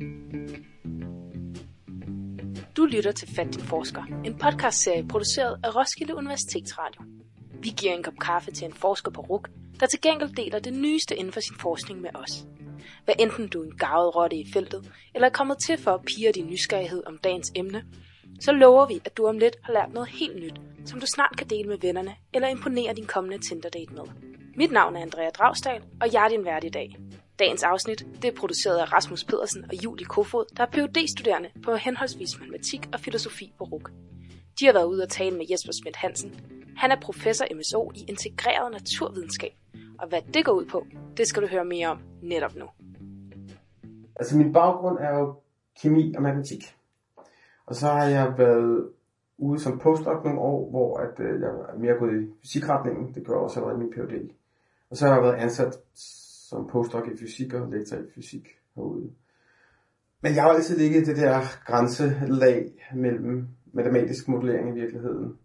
Du lytter til Fat din forsker, en podcastserie produceret af Roskilde Universitetsradio. Vi giver en kop kaffe til en forsker på RUC, der til gengæld deler det nyeste inden for sin forskning med os. Hvad enten du er en garvet rotte i feltet, eller er kommet til for at pirre din nysgerrighed om dagens emne, så lover vi, at du om lidt har lært noget helt nyt, som du snart kan dele med vennerne, eller imponere din kommende Tinder-date med. Mit navn er Andrea Dragsdal, og jeg er din vært i dag. Dagens afsnit det er produceret af Rasmus Pedersen og Julie Kofod, der er Ph.D.-studerende på henholdsvis matematik og filosofi på RUC. De har været ude at tale med Jesper Schmidt Hansen. Han er professor MSO i integreret naturvidenskab, og hvad det går ud på, det skal du høre mere om netop nu. Altså min baggrund er jo kemi og matematik. Og så har jeg været ude som postdoc nogle år, hvor jeg er mere gået i fysikretningen. Det gør jeg også allerede i min Ph.D. Og så har jeg været ansat som postdoc i fysik og lektor i fysik herude. Men jeg har altid ligget i det der grænselag mellem matematisk modellering i virkeligheden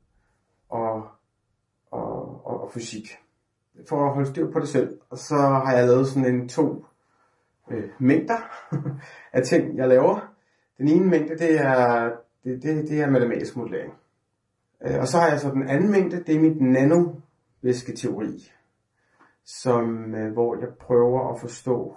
og fysik. For at holde styr på det selv. Og så har jeg lavet sådan to mængder af ting, jeg laver. Den ene mængde, det er matematisk modellering. Og så har jeg så den anden mængde, det er mit nanovæsketeori, hvor jeg prøver at forstå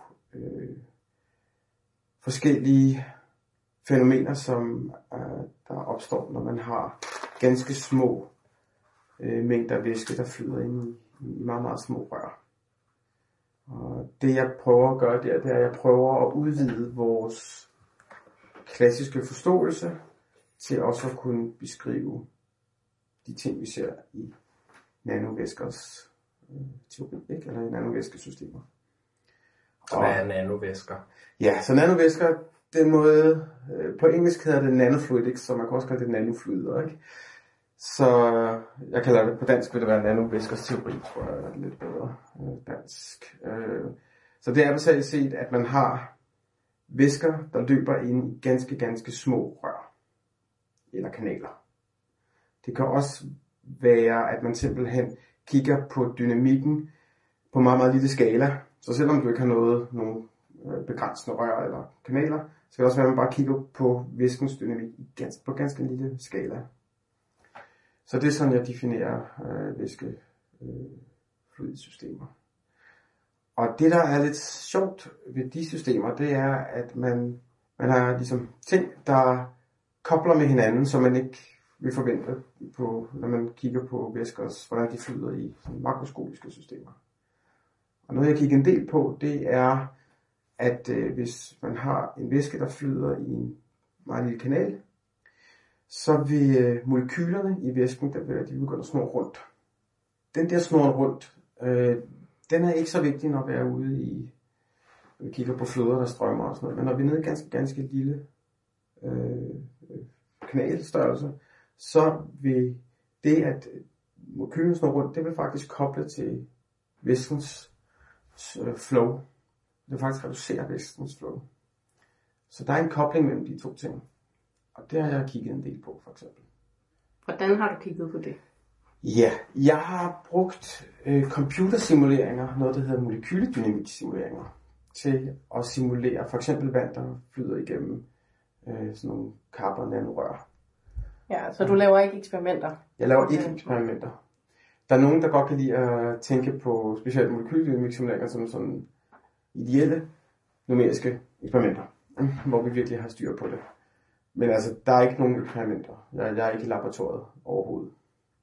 forskellige fænomener, som der opstår, når man har ganske små mængder væske, der flyder ind i meget, meget små rør. Og det jeg prøver at gøre det er, at jeg prøver at udvide vores klassiske forståelse til også at kunne beskrive de ting, vi ser i nanovæskers teori, ikke? Eller i nanovæskesystemer. Hvad er nanovæsker? Ja, så nanovæsker, den måde, på engelsk hedder det nanofluidics, så man kan også kalde det nanofluider, ikke? Så jeg kalder det, på dansk vil det være nanovæskers teori, tror jeg er lidt bedre dansk. Så det er basalt set, at man har væsker, der løber ind i ganske, ganske små rør eller kanaler. Det kan også være, at man simpelthen kigger på dynamikken på meget, meget lille skala. Så selvom du ikke har nogen begrænsende rør eller kanaler, så kan det også være, at man bare kigger på væskens dynamik på ganske lille skala. Så det er sådan, jeg definerer væskefluidsystemer. Og det, der er lidt sjovt ved de systemer, det er, at man har ligesom ting, der kobler med hinanden, som man ikke vil forvente, når man kigger på væsker, hvordan de flyder i makroskopiske systemer. Og noget, jeg kigger en del på, det er, at hvis man har en væske, der flyder i en meget lille kanal, så vil molekylerne i væsken, de begynde at snurre rundt. Den der snurren rundt, den er ikke så vigtig, når vi er ude i, når vi kigger på floder, der strømmer og sådan noget. Men når vi er nede i ganske, ganske lille kanalstørrelse, så vil det, at molekylen snurrer rundt, det vil faktisk koble til væskens flow. Det vil faktisk reducere væskens flow. Så der er en kobling mellem de to ting. Og det har jeg kigget en del på, for eksempel. Hvordan har du kigget på det? Ja, jeg har brugt computersimuleringer, noget der hedder molekyledynamiksimuleringer, til at simulere for eksempel vand, der flyder igennem sådan nogle karbon-nanorør. Ja, så du laver ikke eksperimenter? Jeg laver ikke eksperimenter. Der er nogen, der godt kan lide at tænke på specielt molekyledynamiksimuleringer som sådan ideelle numeriske eksperimenter, hvor vi virkelig har styr på det. Men altså, der er ikke nogen eksperimenter. Jeg er ikke i laboratoriet overhovedet.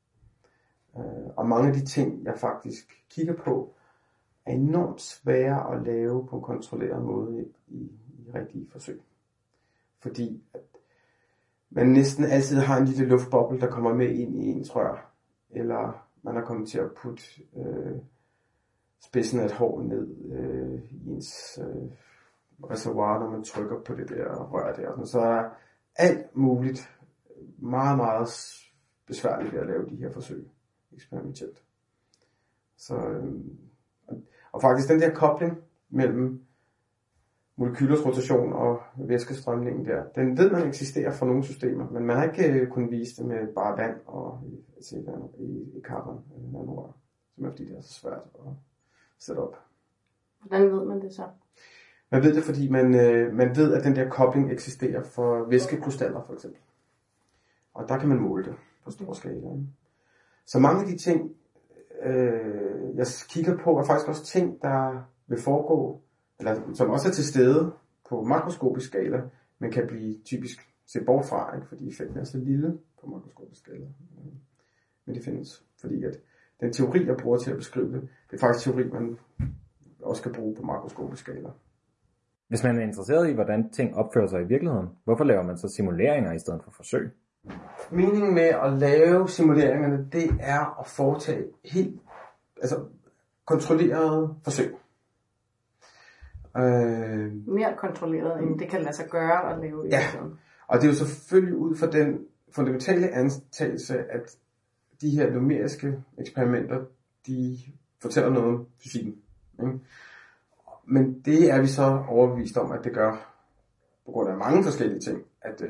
Og mange af de ting, jeg faktisk kigger på, er enormt svære at lave på en kontrolleret måde i rigtige forsøg. Fordi at man næsten altid har en lille luftboble, der kommer med ind i ens rør. Eller man er kommet til at putte spidsen af et hår ned i ens reservoir, når man trykker på det der rør der. Så er alt muligt meget, meget besværligt ved at lave de her forsøg eksperimentelt. Så, og faktisk den der kobling mellem molekylers rotation og væskestrømningen der, den ved man eksisterer for nogle systemer, men man har ikke kunnet vise det med bare vand og i carbon nanorør, som er fordi det er så svært at sætte op. Hvordan ved man det så? Man ved det, fordi man ved, at den der kobling eksisterer for væskekrystaller, for eksempel. Og der kan man måle det på stor skala. Så mange af de ting, jeg kigger på, er faktisk også ting, der vil foregå, eller som også er til stede på makroskopisk skala, men kan blive typisk set bort fra, ikke? Fordi effekten er så lille på makroskopisk skala. Men det findes, fordi at den teori, jeg bruger til at beskrive det, det er faktisk teori, man også kan bruge på makroskopisk skala. Hvis man er interesseret i, hvordan ting opfører sig i virkeligheden, hvorfor laver man så simuleringer i stedet for forsøg? Meningen med at lave simuleringerne, det er at foretage helt kontrollerede forsøg. Mere kontrolleret, end det kan lade sig gøre at lave i virkeligheden. Og det er jo selvfølgelig ud fra den fundamentale antagelse, at de her numeriske eksperimenter, de fortæller noget om fysikken. Ikke? Men det er vi så overbevist om, at det gør, på grund af mange forskellige ting, at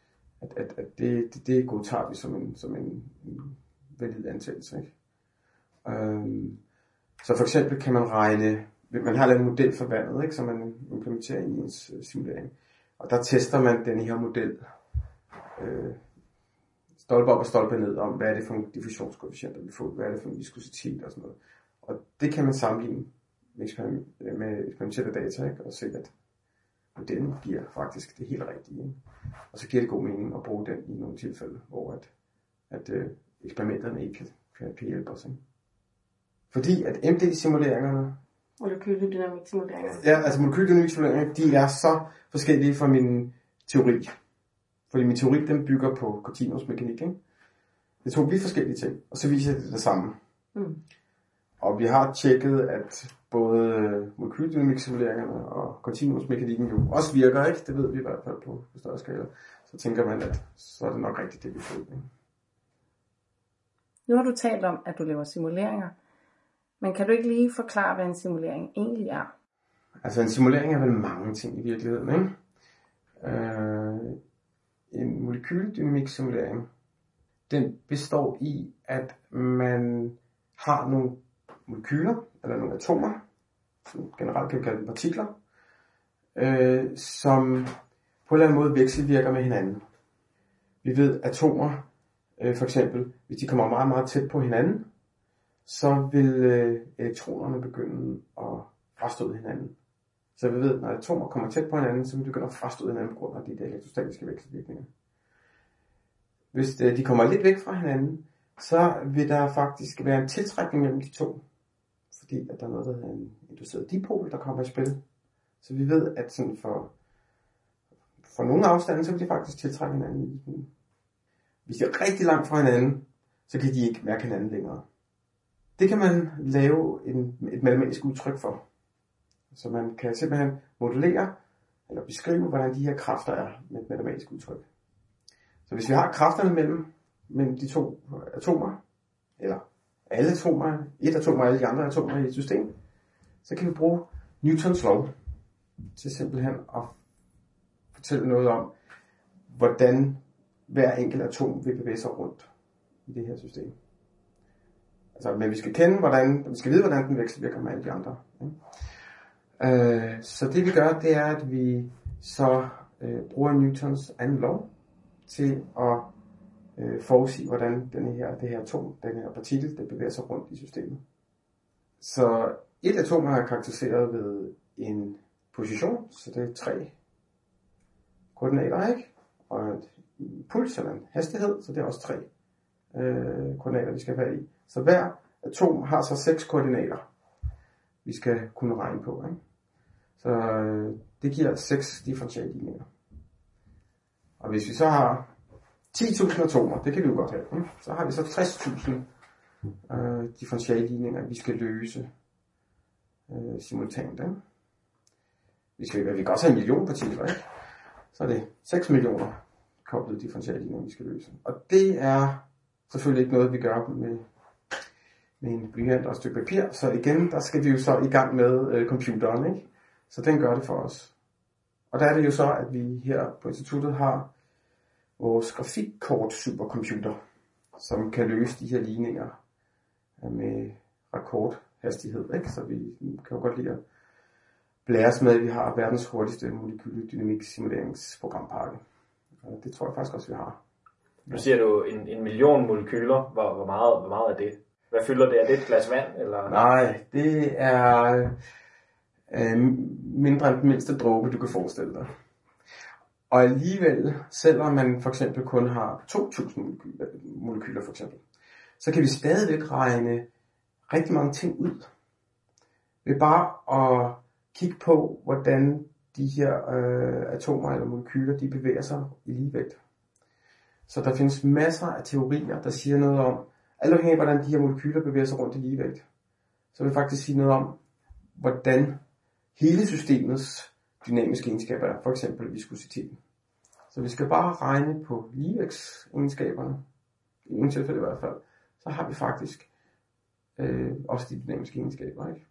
det godtager vi som en valid antagelse. Ikke? Så for eksempel kan man regne, man har en model for vandet, ikke, som man implementerer i ens simulering. Og der tester man den her model stolpe op og stolpe ned om, hvad er det for en diffusionskoefficienter vi får, hvad er det for en viskositet og sådan noget. Og det kan man sammenligne med eksperimentelle data, ikke, og se, at modellen giver faktisk det helt rigtige. Ikke? Og så giver det god mening at bruge den i nogle tilfælde, hvor at eksperimenterne ikke kan hjælpe os. Ikke? Fordi at MD-simuleringerne, molekyldynamiksimuleringer. Ja, altså molekyldynamiksimuleringer, de er så forskellige fra min teori. Fordi min teori, den bygger på kontinuumsmekanik. Ikke? Det er to vidt forskellige ting, og så viser det samme. Og vi har tjekket, at både molekyldynamiksimuleringer og kontinuumsmekanikken jo også virker, ikke? Det ved vi i hvert fald på større skala. Så tænker man, at så er det nok rigtigt, det vi får. Ikke? Nu har du talt om, at du laver simuleringer. Men kan du ikke lige forklare, hvad en simulering egentlig er? Altså en simulering er vel mange ting i virkeligheden, ikke? En molekyldynamiksimulering, den består i, at man har nogle molekyler, eller nogle atomer, som generelt kan vi kalde dem partikler, som på en eller anden måde vekselvirker med hinanden. Vi ved, at atomer, for eksempel, hvis de kommer meget, meget tæt på hinanden, så vil elektronerne begynde at frastøde hinanden. Så vi ved, at når atomer kommer tæt på hinanden, så vil de begynde at frastøde hinanden på grund af de der elektrostatiske vekselvirkninger. Hvis de kommer lidt væk fra hinanden, så vil der faktisk være en tiltrækning mellem de to. Fordi at der er noget, der hedder en induceret dipol, der kommer i spil. Så vi ved, at sådan for nogle afstande, så vil de faktisk tiltrække hinanden. Hvis de er rigtig langt fra hinanden, så kan de ikke mærke hinanden længere. Det kan man lave et matematisk udtryk for. Så man kan simpelthen modellere eller beskrive, hvordan de her kræfter er med et matematisk udtryk. Så hvis vi har kræfterne mellem de to atomer, eller alle atomer, et atom og alle de andre atomer i et system, så kan vi bruge Newtons lov til simpelthen at fortælle noget om, hvordan hver enkelt atom vil bevæge sig rundt i det her system. Altså, men vi skal vide, hvordan den vekselvirker med alle de andre. Ikke? Så det vi gør, det er, at vi så bruger Newtons anden lov til at forudsige, hvordan det her atom, den her partikel, det bevæger sig rundt i systemet. Så et atom er karakteriseret ved en position, så det er 3 koordinater, ikke? Og en puls eller en hastighed, så det er også 3 koordinater, vi skal have i. Så hver atom har så 6 koordinater, vi skal kunne regne på. Ikke? Så det giver 6 differentialligninger. Og hvis vi så har 10.000 atomer, det kan vi jo godt have, ikke? Så har vi så 60.000 differentialligninger, vi skal løse simultant. Ikke? Vi kan godt have 1 million partikler, ikke? Så er det 6 millioner koblede differentialligninger, vi skal løse. Og det er selvfølgelig ikke noget, vi gør med en blyant og et stykke papir. Så igen, der skal vi jo så i gang med computeren, ikke? Så den gør det for os. Og der er det jo så, at vi her på instituttet har vores grafikkort supercomputer, som kan løse de her ligninger med rekordhastighed, ikke? Så vi kan jo godt lide blæres med, at vi har verdens hurtigste molekyledynamik simuleringsprogrampakke. Og det tror jeg faktisk også, vi har. Nu siger du en million molekyler. Hvor meget er det? Hvad fylder det? Er det et glas vand? Eller? Nej, det er mindre end den mindste dråbe, du kan forestille dig. Og alligevel, selvom man for eksempel kun har 2.000 molekyler for eksempel, så kan vi stadigvæk regne rigtig mange ting ud. Ved bare at kigge på, hvordan de her atomer eller molekyler, de bevæger sig i ligevægt. Så der findes masser af teorier, der siger noget om, alt afhængig af hvordan de her molekyler bevæger sig rundt i ligevægt, så vil det faktisk sige noget om, hvordan hele systemets dynamiske egenskaber er, for eksempel viskositeten. Så vi skal bare regne på ligevægtsegenskaberne, i nogle tilfælde i hvert fald, så har vi faktisk også de dynamiske egenskaber, ikke?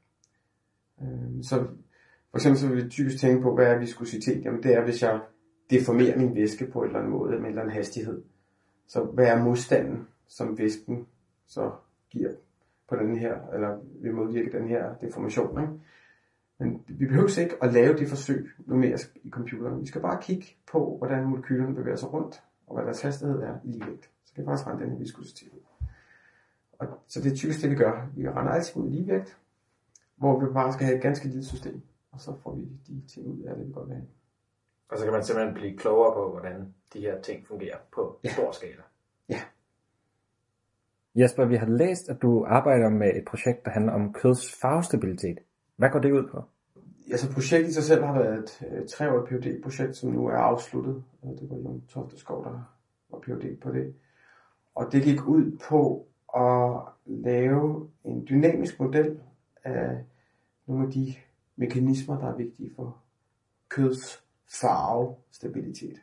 Så for eksempel så vil vi typisk tænke på, hvad er viskositet? Jamen det er, hvis jeg deformerer min væske på en eller anden måde, med en eller anden hastighed. Så hvad er modstanden, som væsken så giver på den her, eller vil modvirke den her deformation, ikke? Men vi behøver ikke at lave det forsøg numerisk i computeren. Vi skal bare kigge på, hvordan molekylerne bevæger sig rundt, og hvad deres hastighed er i ligevægt. Så kan vi faktisk regne den her viskositet ud. Og så det er typisk det, vi gør. Vi regner altid ud i ligevægt, hvor vi bare skal have et ganske lille system, og så får vi de ting ud af det, vi godt vil have. Og så kan man simpelthen blive klogere på, hvordan de her ting fungerer på stor skala. Ja. Jesper, vi har læst, at du arbejder med et projekt, der handler om køds farvestabilitet. Hvad går det ud på? Altså projektet i sig selv har været et 3-årigt PhD-projekt, som nu er afsluttet. Det var Jon Tofteskov, der var PhD på det. Og det gik ud på at lave en dynamisk model af nogle af de mekanismer, der er vigtige for køds farvestabilitet.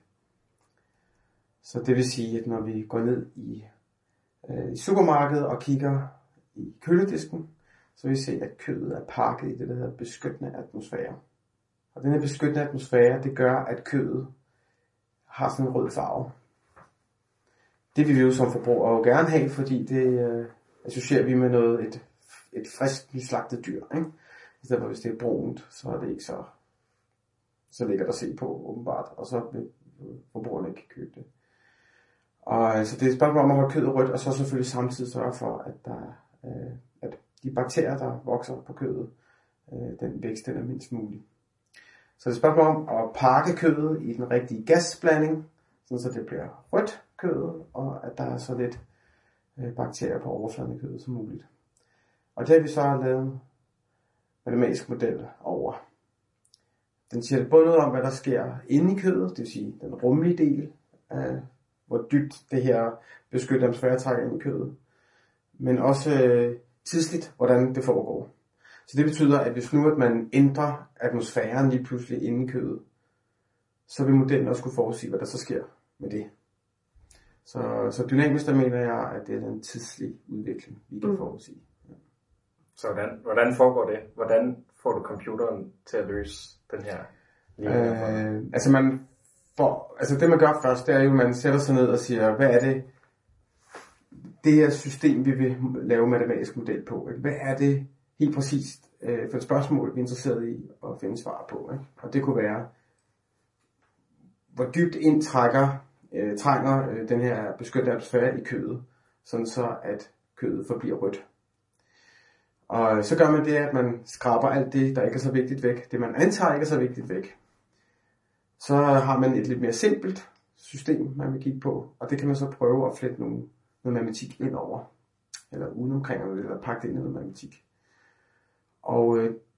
Så det vil sige, at når vi går ned i supermarkedet og kigger i køledisken, så vil vi se, at kødet er pakket i det, der hedder beskyttende atmosfære. Og den her beskyttende atmosfære, det gør, at kødet har sådan en rød farve. Det vil vi jo som forbrugere jo gerne have, fordi det associerer vi med noget, et frisk nyslagtet dyr, ikke? I stedet for, hvis det er brunt, så er det ikke så lækkert at se på, åbenbart, og så vil forbrugerne ikke købe det. Og så det er et spørgsmål om at holde kødet rødt, og så selvfølgelig samtidig sørge for, at de bakterier, der vokser på kødet, den vækst den er mindst mulig. Så det er et spørgsmål om at pakke kødet i den rigtige gasblanding, så det bliver rødt kødet, og at der er så lidt bakterier på overfladen af kødet som muligt. Og det har vi så lavet en matematisk model over. Den siger både noget om, hvad der sker inde i kødet, det vil sige den rumlige del af, hvor dybt det her beskyttede atmosfære trækker ind i kødet, men også tidsligt, hvordan det foregår. Så det betyder, at hvis nu at man ændrer atmosfæren lige pludselig inde i kødet, så vil modellen også kunne forudsige, hvad der så sker med det. Så dynamisk, der mener jeg, at det er en tidslig udvikling, vi kan forudsige. Ja. Så hvordan foregår det? Hvordan får du computeren til at løse den her ligning? Altså det man gør først, det er jo, at man sætter sig ned og siger, hvad er det her system, vi vil lave matematisk model på? Ikke? Hvad er det helt præcist for et spørgsmål, vi er interesseret i at finde svar på? Ikke? Og det kunne være, hvor dybt ind trænger den her beskyttede atmosfære i kødet, sådan så at kødet forbliver rødt. Og så gør man det, at man skraber alt det, der ikke er så vigtigt væk, det man antager ikke er så vigtigt væk. Så har man et lidt mere simpelt system, man vil kigge på, og det kan man så prøve at flette noget matematik ind over, eller udenomkring, eller pakke det ind i noget matematik. Og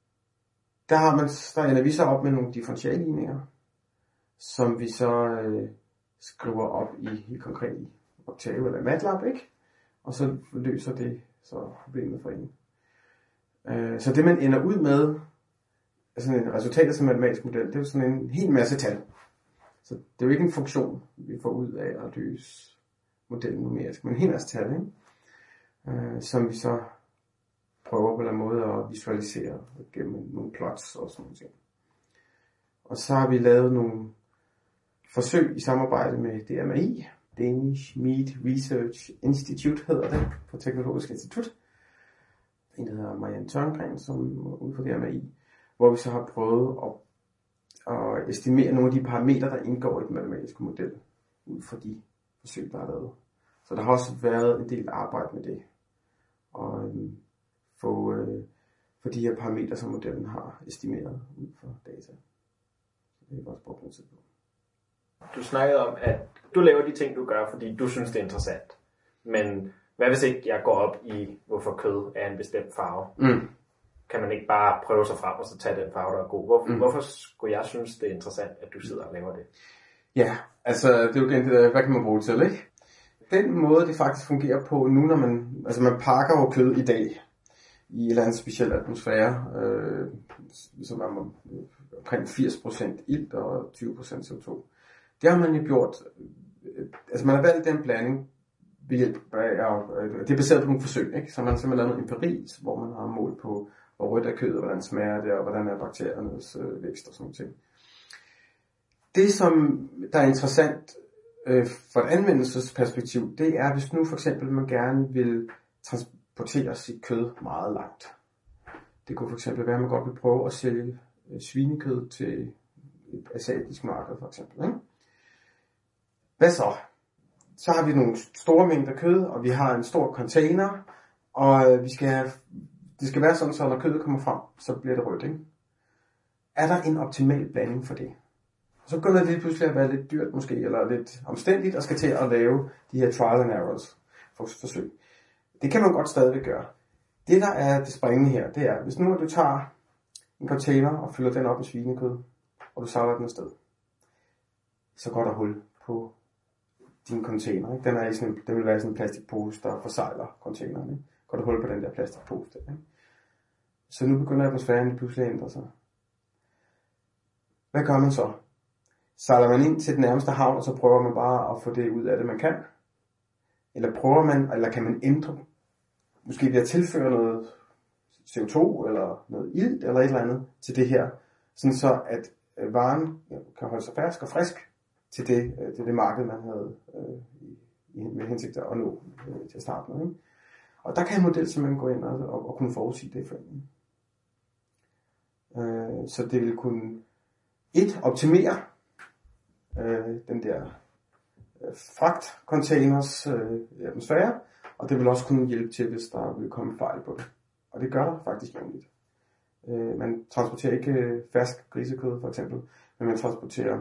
der ender vi så op med nogle differentialligninger, som vi så skriver op i helt konkret i Octave eller MATLAB, ikke? Og så løser det så problemet for en. Så det man ender ud med, altså en resultat af sådan en matematisk model, det er jo sådan en hel masse tal. Så det er jo ikke en funktion, vi får ud af at løse modellen numerisk, men en hel masse tal, ikke? Som vi så prøver på en eller anden måde at visualisere gennem nogle plots og sådan noget. Og så har vi lavet nogle forsøg i samarbejde med DMI, Danish Meat Research Institute hedder det, på Teknologisk Institut. En, der hedder Marianne Tørngren, som er ude for DMI, hvor vi så har prøvet at estimere nogle af de parametre, der indgår i den matematiske model, ud fra de forsøg, der er lavet. Så der har også været en del arbejde med det, og få de her parametre, som modellen har estimeret ud fra data. Så det er også brugt noget tid på. Du snakkede om, at du laver de ting, du gør, fordi du synes, det er interessant. Men hvad hvis ikke jeg går op i, hvorfor kød er en bestemt farve? Kan man ikke bare prøve sig frem og så tage den farve, der er god? Hvorfor skulle jeg synes, det er interessant, at du sidder og laver det? Ja, altså det er jo igen det der, hvad kan man bruge det til, ikke? Den måde, det faktisk fungerer på nu, når man pakker jo kød i dag i en eller anden speciel atmosfære, som er omkring 80% ilt og 20% CO2. Det har man jo gjort, altså man har valgt den blanding ved hjælp af, det er baseret på nogle forsøg, ikke? Så man har simpelthen lavet en empiri, hvor man har målt på, hvor rødt er kød, og hvordan smager det, og hvordan er bakteriernes vækst og sådan noget ting. Det, som der er interessant for et anvendelsesperspektiv, det er, hvis nu for eksempel man gerne vil transportere sit kød meget langt. Det kunne for eksempel være, at man godt vil prøve at sælge svinekød til et asiatisk marked for eksempel, ikke? Hvad så? Så har vi nogle store mængder kød, og vi har en stor container, og det skal være sådan, så når kødet kommer frem, så bliver det rødt, ikke? Er der en optimal blanding for det? Så begynder det lige pludselig at være lidt dyrt måske, eller lidt omstændigt, og skal til at lave de her trial and errors forsøg. Det kan man godt stadigvæk gøre. Det, der er det springende her, det er, hvis nu du tager en container og fylder den op med svinekød, og du sejler den afsted, så går der hul på din container. Ikke? Den vil være sådan en plastikpose, der forsejler containeren. Ikke? Går der hul på den der plastikpose der. Ikke? Så nu begynder atmosfæren lige pludselig at ændre sig. Hvad gør man så? Sejler man ind til den nærmeste havn, og så prøver man bare at få det ud af det, man kan? Eller kan man ændre, måske ved at tilføre noget CO2, eller noget ilt, eller et eller andet til det her, sådan så at varen kan holde sig fersk og frisk til det marked, man havde med hensigt at nå til at starte med. Ikke? Og der kan en model simpelthen gå ind og kunne forudsige det for en. Så det vil kunne optimere den der fragtcontainers atmosfære, og det vil også kunne hjælpe til, hvis der vil komme fejl på det. Og det gør der faktisk jævnligt. Man transporterer ikke fersk grisekød for eksempel, men man transporterer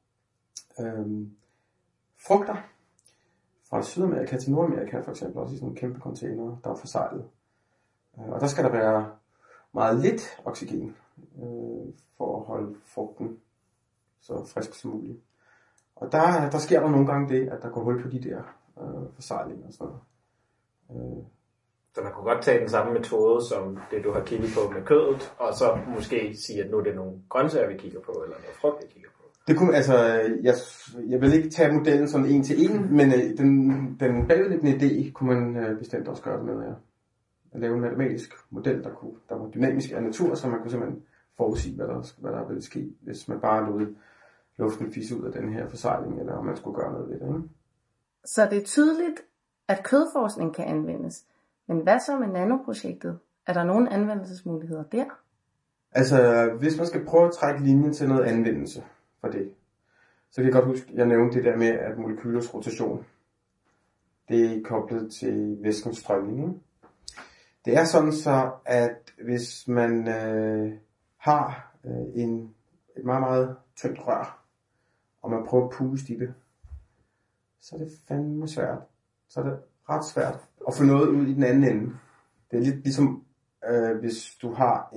frugter fra Sydamerika til Nordamerika for eksempel, også i sådan nogle kæmpe container, der er forsejlet. Og der skal der være meget lidt oxygen for at holde frugten så frisk som muligt. Og der sker der nogle gange det, at der går hul på de der forsejlinger og sådan noget. Så man kunne godt tage den samme metode, som det du har kigget på med kødet, og så måske sige, at nu er det nogle grøntsager, vi kigger på, eller noget frugt, vi kigger på. Det kunne, altså, jeg vil ikke tage modellen sådan en til en, men den bagvedliggende idé kunne man bestemt også gøre det med, ja. At lave en matematisk model, der var dynamisk af natur, så man kunne simpelthen forudsige, hvad der ville ske, hvis man bare lod luften fisse ud af den her forsejling, eller om man skulle gøre noget ved det. Ikke? Så det er tydeligt, at kødforskning kan anvendes. Men hvad så med nanoprojektet? Er der nogle anvendelsesmuligheder der? Altså, hvis man skal prøve at trække linjen til noget anvendelse for det, så kan jeg godt huske, at jeg nævnte det der med, at molekylers rotation, det er koblet til væskens strømning. Ikke? Det er sådan så, at hvis man har et meget, meget tyndt rør, og man prøver at puste i det, så er det fandme svært. Så er det ret svært at få noget ud i den anden ende. Det er lidt ligesom, hvis du har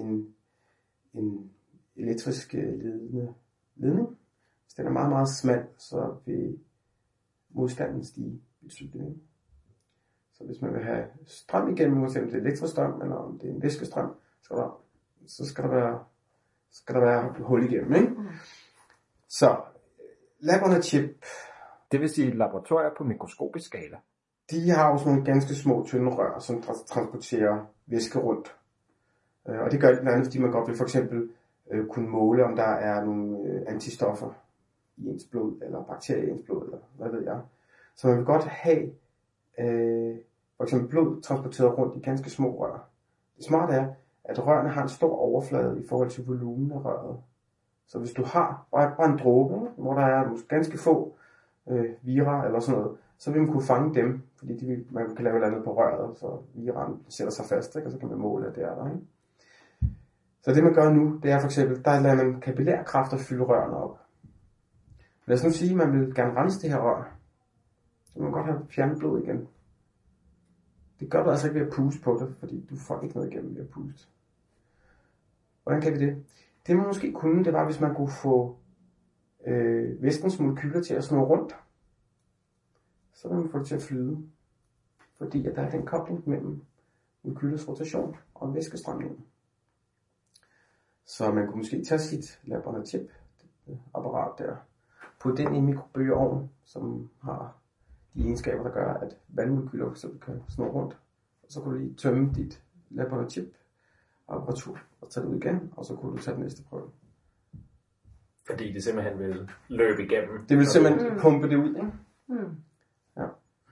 en elektrisk ledning. Hvis den er meget, meget smal, så vil modstanden stige betydeligt. Så hvis man vil have strøm igennem, uanset om det er elektrisk strøm, eller om det er en væskestrøm, så skal der være hul igennem. Ikke? Så lab on a chip. Det vil sige laboratorier på mikroskopisk skala. De har jo sådan nogle ganske små, tynde rør, som transporterer væske rundt. Og det gør det blandt andet, fordi man godt vil for eksempel kunne måle, om der er nogle antistoffer i ens blod, eller bakterier i ens blod, eller hvad ved jeg. Så man vil godt have for eksempel blod transporteret rundt i ganske små rør. Det smarte er, at rørene har en stor overflade i forhold til volumen af røret. Så hvis du har bare en dråbe, hvor der er ganske få vira eller sådan noget, så vil man kunne fange dem, fordi man kan lave noget andet på røret, så viraen sætter sig fast, ikke? Og så kan man måle, at det er der. Ikke? Så det man gør nu, det er for eksempel, der lader man kapillærkræfter fylde rørene op. Lad os nu sige, at man vil gerne rense det her rør. Så man godt have fjernet blod igen. Det gør du altså ikke ved at puste på det, fordi du får ikke noget igennem ved at puste. Hvordan kan vi det? Det man måske kunne, det var, hvis man kunne få væskens molekyler til at snurre rundt. Så vil man få det til at flyde. Fordi at der er den kobling mellem molekylers rotation og væskestrømningen. Så man kunne måske tage sit Lab-on-a-Chip apparat der, putte den i en mikrobølgeovn, som har de egenskaber, der gør, at vandmolekyler for eksempel kan snurre rundt. Og så kunne du lige tømme dit Lab-on-a-Chip apparatur og tage det ud igen, og så kunne du tage den næste prøve. Fordi det simpelthen vil løbe igennem. Det vil simpelthen pumpe det ud, ikke? Ja.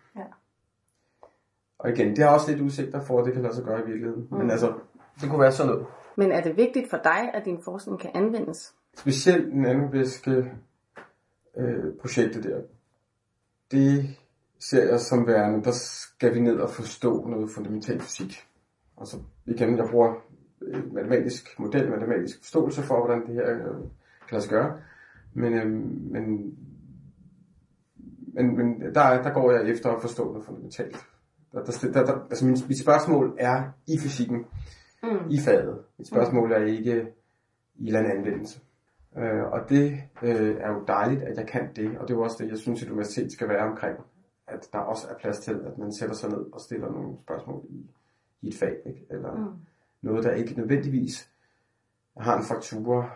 Og igen, det har også lidt udsigter for, at det kan lade sig gøre i virkeligheden. Men altså, det kunne være sådan noget. Men er det vigtigt for dig, at din forskning kan anvendes? Specielt nanovæske projektet der. Det ser jeg som værende, der skal vi ned og forstå noget fundamental fysik. Altså igen, jeg bruger matematisk model, matematisk forståelse for, hvordan det her kan lade sig gøre. Men der går jeg efter at forstå noget fundamentalt. Altså mit spørgsmål er i fysikken, i faget. Mit spørgsmål er ikke i eller anden anvendelse. Og det er jo dejligt, at jeg kan det, og det er jo også det, jeg synes, at universitet skal være omkring. At der også er plads til, at man sætter sig ned og stiller nogle spørgsmål i et fag, ikke? Eller noget, der ikke nødvendigvis har en faktura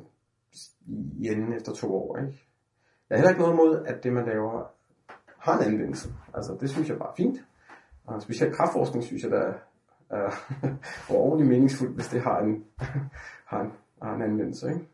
i enden efter 2 år. Ikke? Jeg har heller ikke noget imod, at det, man laver, har en anvendelse. Altså, det synes jeg bare er fint. Og specielt kraftforskning synes jeg, der er overordentligt meningsfuldt, hvis det har en anvendelse. Ikke?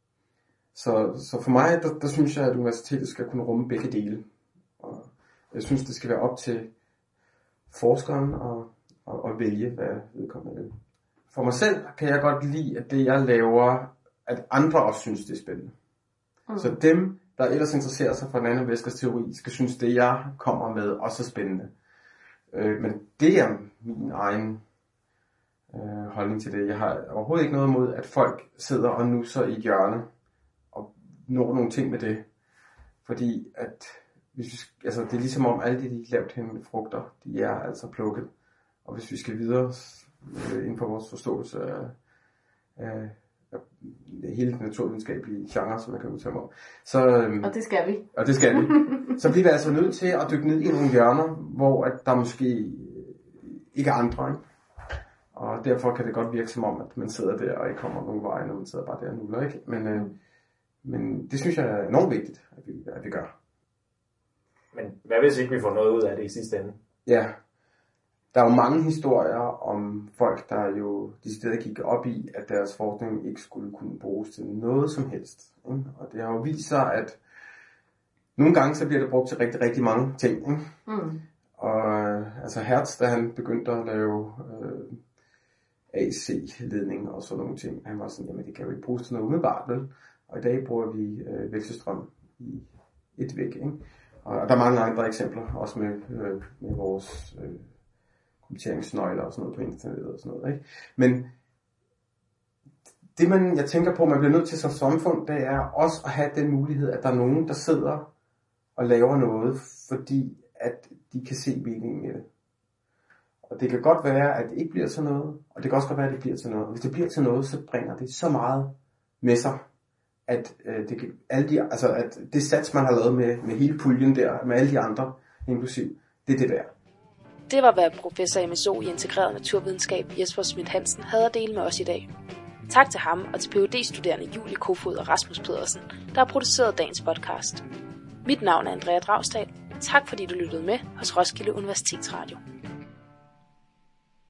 Så for mig, der synes jeg, at universitetet skal kunne rumme begge dele. Og jeg synes, det skal være op til forskeren at vælge, hvad vedkommende vil. For mig selv kan jeg godt lide, at det jeg laver, at andre også synes, det er spændende. Så dem, der ellers interesserer sig for nanovæskers teori, skal synes, det jeg kommer med, også er spændende. Men det er min egen holdning til det. Jeg har overhovedet ikke noget imod, at folk sidder og nusser i hjørne og når nogle ting med det. Fordi at altså, det er ligesom om alle de lavt hængende frugter, de er altså plukket. Og hvis vi skal videre ind på vores forståelse af hele den naturvidenskabelige genre, som man kan udtale om. Og det skal vi. Og det skal vi. Så bliver vi altså nødt til at dykke ned i nogle hjørner, hvor at der måske ikke er andre. Ikke? Og derfor kan det godt virke som om, at man sidder der og ikke kommer nogen vej, når man sidder bare der og nuller. Ikke? Men det synes jeg er enormt vigtigt, at vi gør. Men hvad hvis ikke vi får noget ud af det i sidste ende? Ja, der er jo mange historier om folk, der jo decideret gik op i, at deres forskning ikke skulle kunne bruges til noget som helst. Ikke? Og det har jo vist sig, at nogle gange så bliver det brugt til rigtig, rigtig mange ting. Ikke? Og altså Hertz, da han begyndte at lave AC-ledning og sådan nogle ting, han var sådan, jamen det kan jo ikke bruges til noget umiddelbart, vel? Og i dag bruger vi vekselstrøm i et væk. Ikke? Og der er mange andre eksempler, også med vores kommenteringsnøgler og sådan noget på internettet og sådan noget. Ikke? Men det jeg tænker på, man bliver nødt til som samfund, det er også at have den mulighed, at der er nogen, der sidder og laver noget, fordi at de kan se meningen i det. Og det kan godt være, at det ikke bliver til noget, og det kan også godt være, at det bliver til noget. Hvis det bliver til noget, så bringer det så meget med sig, at at det sats, man har lavet med hele puljen der, med alle de andre inklusiv, det er det værd. Det var, hvad professor MSO i integreret naturvidenskab Jesper Schmidt Hansen havde at dele med os i dag. Tak til ham og til Ph.D.-studerende Julie Kofod og Rasmus Pedersen, der har produceret dagens podcast. Mit navn er Andrea Dragsdal. Tak fordi du lyttede med hos Roskilde Universitetsradio.